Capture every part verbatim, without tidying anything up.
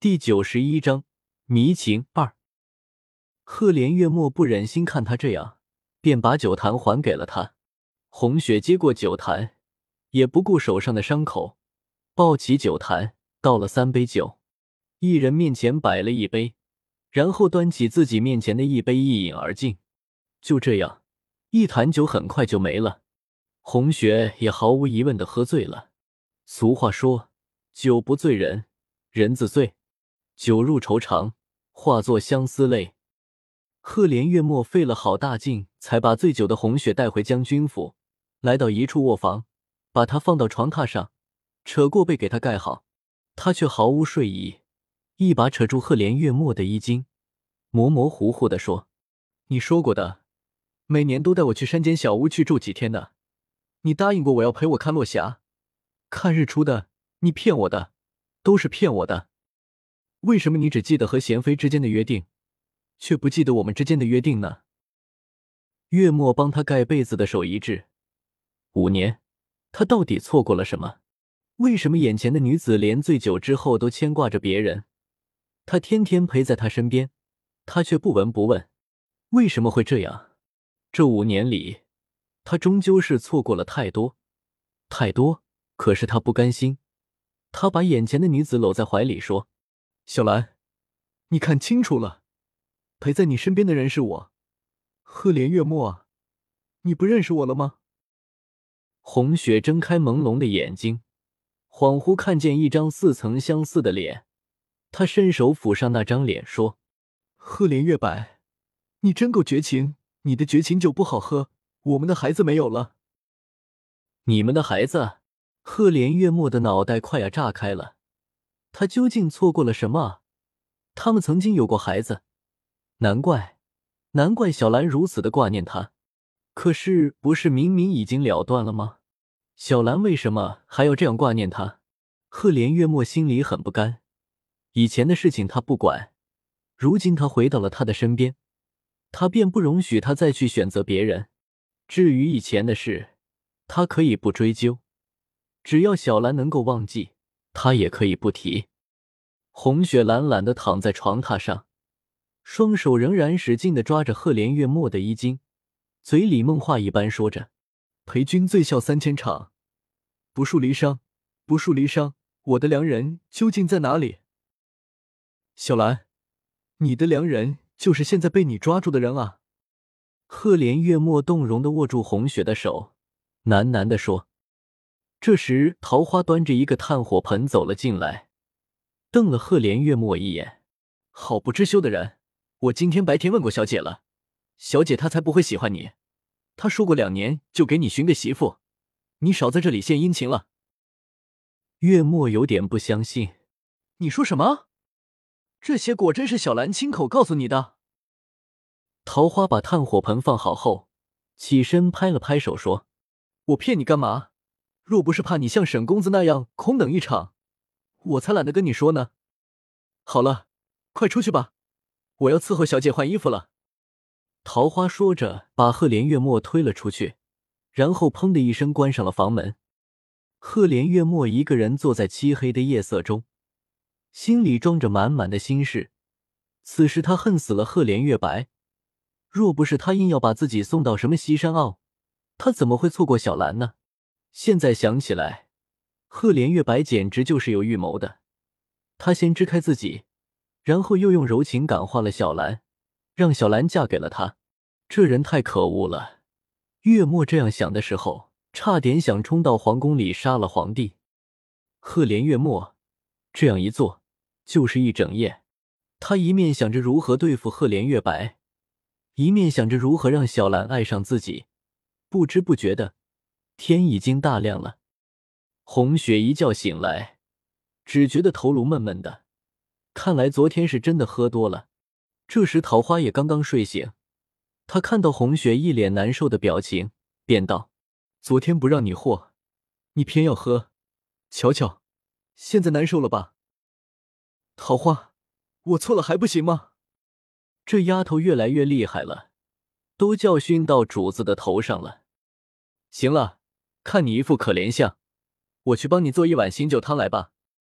第九十一章迷情二。赫连月末不忍心看他这样，便把酒坛还给了他。红雪接过酒坛，也不顾手上的伤口，抱起酒坛，倒了三杯酒，一人面前摆了一杯，然后端起自己面前的一杯一饮而尽。就这样，一坛酒很快就没了。红雪也毫无疑问地喝醉了。俗话说，酒不醉人，人自醉。酒入愁肠，化作相思泪。赫连月末费了好大劲，才把醉酒的红雪带回将军府，来到一处卧房，把她放到床榻上，扯过被给她盖好。他却毫无睡意，一把扯住赫连月末的衣襟，模模糊糊地说：“你说过的，每年都带我去山间小屋去住几天的，你答应过我要陪我看落霞、看日出的，你骗我的，都是骗我的。为什么你只记得和贤妃之间的约定，却不记得我们之间的约定呢？”月末帮他盖被子的手一滞，五年，他到底错过了什么？为什么眼前的女子连醉酒之后都牵挂着别人？他天天陪在他身边，他却不闻不问。为什么会这样？这五年里，他终究是错过了太多，太多。可是他不甘心，他把眼前的女子搂在怀里说：“小兰，你看清楚了，陪在你身边的人是我，赫连月末啊，你不认识我了吗？”红雪睁开朦胧的眼睛，恍惚看见一张似曾相似的脸，她伸手抚上那张脸说：“赫连月白，你真够绝情，你的绝情酒不好喝，我们的孩子没有了。”你们的孩子？赫连月末的脑袋快要炸开了。他究竟错过了什么啊？他们曾经有过孩子，难怪，难怪小兰如此的挂念他。可是，不是明明已经了断了吗？小兰为什么还要这样挂念他？赫连月末心里很不甘。以前的事情他不管，如今他回到了他的身边，他便不容许他再去选择别人。至于以前的事，他可以不追究，只要小兰能够忘记，他也可以不提。红雪懒懒地躺在床榻上，双手仍然使劲地抓着赫连月末的衣襟，嘴里梦话一般说着：“陪君醉笑三千场，不负离殇，不负离殇，我的良人究竟在哪里？”小兰，你的良人就是现在被你抓住的人啊！赫连月末动容地握住红雪的手，喃喃地说。这时桃花端着一个炭火盆走了进来，瞪了赫连月末一眼：“好不知羞的人，我今天白天问过小姐了，小姐她才不会喜欢你，她说过两年就给你寻个媳妇，你少在这里献殷勤了。”月末有点不相信：“你说什么？这些果真是小兰亲口告诉你的？”桃花把炭火盆放好后，起身拍了拍手说：“我骗你干嘛？若不是怕你像沈公子那样空等一场，我才懒得跟你说呢。好了，快出去吧，我要伺候小姐换衣服了。”桃花说着把赫连月末推了出去，然后砰的一声关上了房门。赫连月末一个人坐在漆黑的夜色中，心里装着满满的心事。此时他恨死了赫连月白，若不是他硬要把自己送到什么西山坳，他怎么会错过小兰呢？现在想起来，赫连月白简直就是有预谋的。他先支开自己，然后又用柔情感化了小兰，让小兰嫁给了他。这人太可恶了。月末这样想的时候，差点想冲到皇宫里杀了皇帝。赫连月末这样一做就是一整夜，他一面想着如何对付赫连月白，一面想着如何让小兰爱上自己。不知不觉的，天已经大亮了。红雪一觉醒来，只觉得头颅闷闷的，看来昨天是真的喝多了。这时桃花也刚刚睡醒，他看到红雪一脸难受的表情，便道：“昨天不让你祸，你偏要喝，瞧瞧，现在难受了吧？”桃花，我错了还不行吗？这丫头越来越厉害了，都教训到主子的头上了。行了，看你一副可怜相，我去帮你做一碗醒酒汤来吧。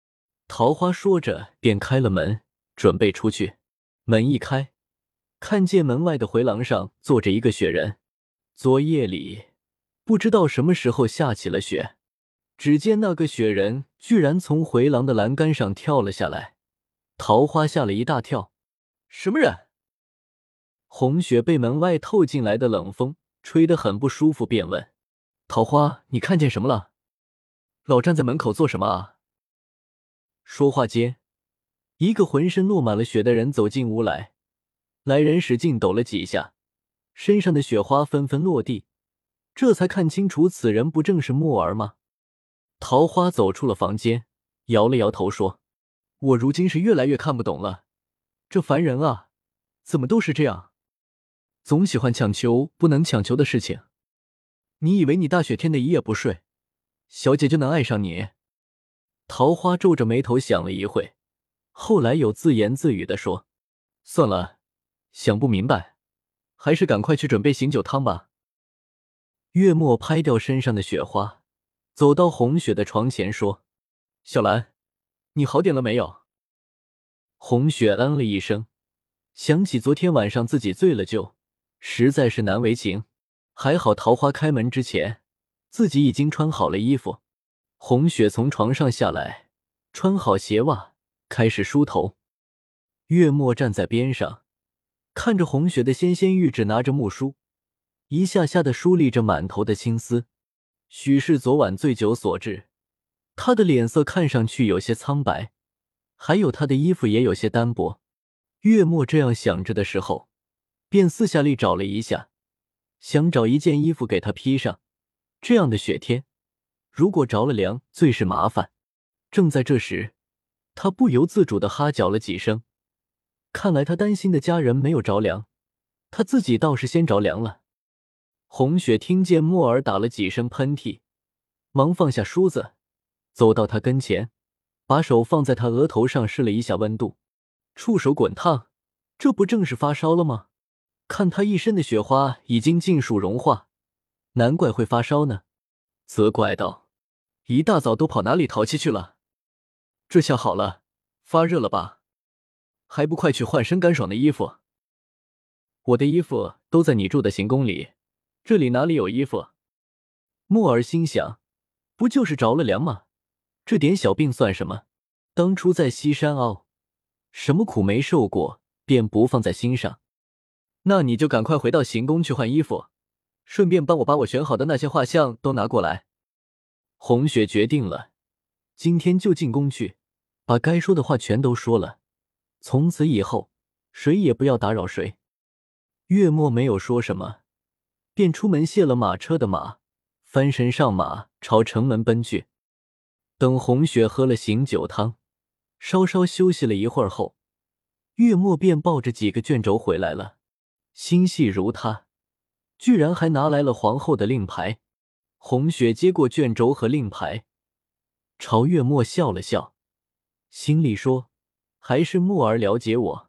桃花说着便开了门，准备出去。门一开，看见门外的回廊上坐着一个雪人。昨夜里不知道什么时候下起了雪，只见那个雪人居然从回廊的栏杆上跳了下来。桃花吓了一大跳，什么人？红雪被门外透进来的冷风吹得很不舒服，便问：桃花，你看见什么了？老站在门口做什么啊？说话间，一个浑身落满了雪的人走进屋来，来人使劲抖了几下，身上的雪花纷纷落地，这才看清楚此人不正是墨儿吗？桃花走出了房间，摇了摇头说：我如今是越来越看不懂了，这凡人啊，怎么都是这样，总喜欢强求不能强求的事情。你以为你大雪天的一夜不睡，小姐就能爱上你？桃花皱着眉头想了一会，后来有自言自语地说：算了，想不明白，还是赶快去准备醒酒汤吧。月末拍掉身上的雪花，走到红雪的床前说：小兰，你好点了没有？红雪嗯了一声，想起昨天晚上自己醉了酒，实在是难为情。还好桃花开门之前，自己已经穿好了衣服。红雪从床上下来，穿好鞋袜，开始梳头。月末站在边上，看着红雪的纤纤玉指拿着木梳，一下下的梳理着满头的青丝。许是昨晚醉酒所致，她的脸色看上去有些苍白，还有她的衣服也有些单薄。月末这样想着的时候，便四下里找了一下，想找一件衣服给她披上。这样的雪天，如果着了凉，最是麻烦。正在这时，他不由自主地哈叫了几声，看来他担心的家人没有着凉，他自己倒是先着凉了。红雪听见墨儿打了几声喷嚏，忙放下梳子，走到他跟前，把手放在他额头上试了一下温度，触手滚烫，这不正是发烧了吗？看他一身的雪花已经尽数融化，难怪会发烧呢。责怪道：一大早都跑哪里淘气去了？这下好了，发热了吧？还不快去换身干爽的衣服？我的衣服都在你住的行宫里，这里哪里有衣服？墨儿心想，不就是着了凉吗？这点小病算什么？当初在西山坳，什么苦没受过，便不放在心上。那你就赶快回到行宫去换衣服，顺便帮我把我选好的那些画像都拿过来。红雪决定了，今天就进宫去，把该说的话全都说了，从此以后谁也不要打扰谁。月末没有说什么，便出门卸了马车的马，翻身上马，朝城门奔去。等红雪喝了醒酒汤，稍稍休息了一会儿后，月末便抱着几个卷轴回来了。心细如他，居然还拿来了皇后的令牌。红雪接过卷轴和令牌，朝月末笑了笑，心里说：还是墨儿了解我。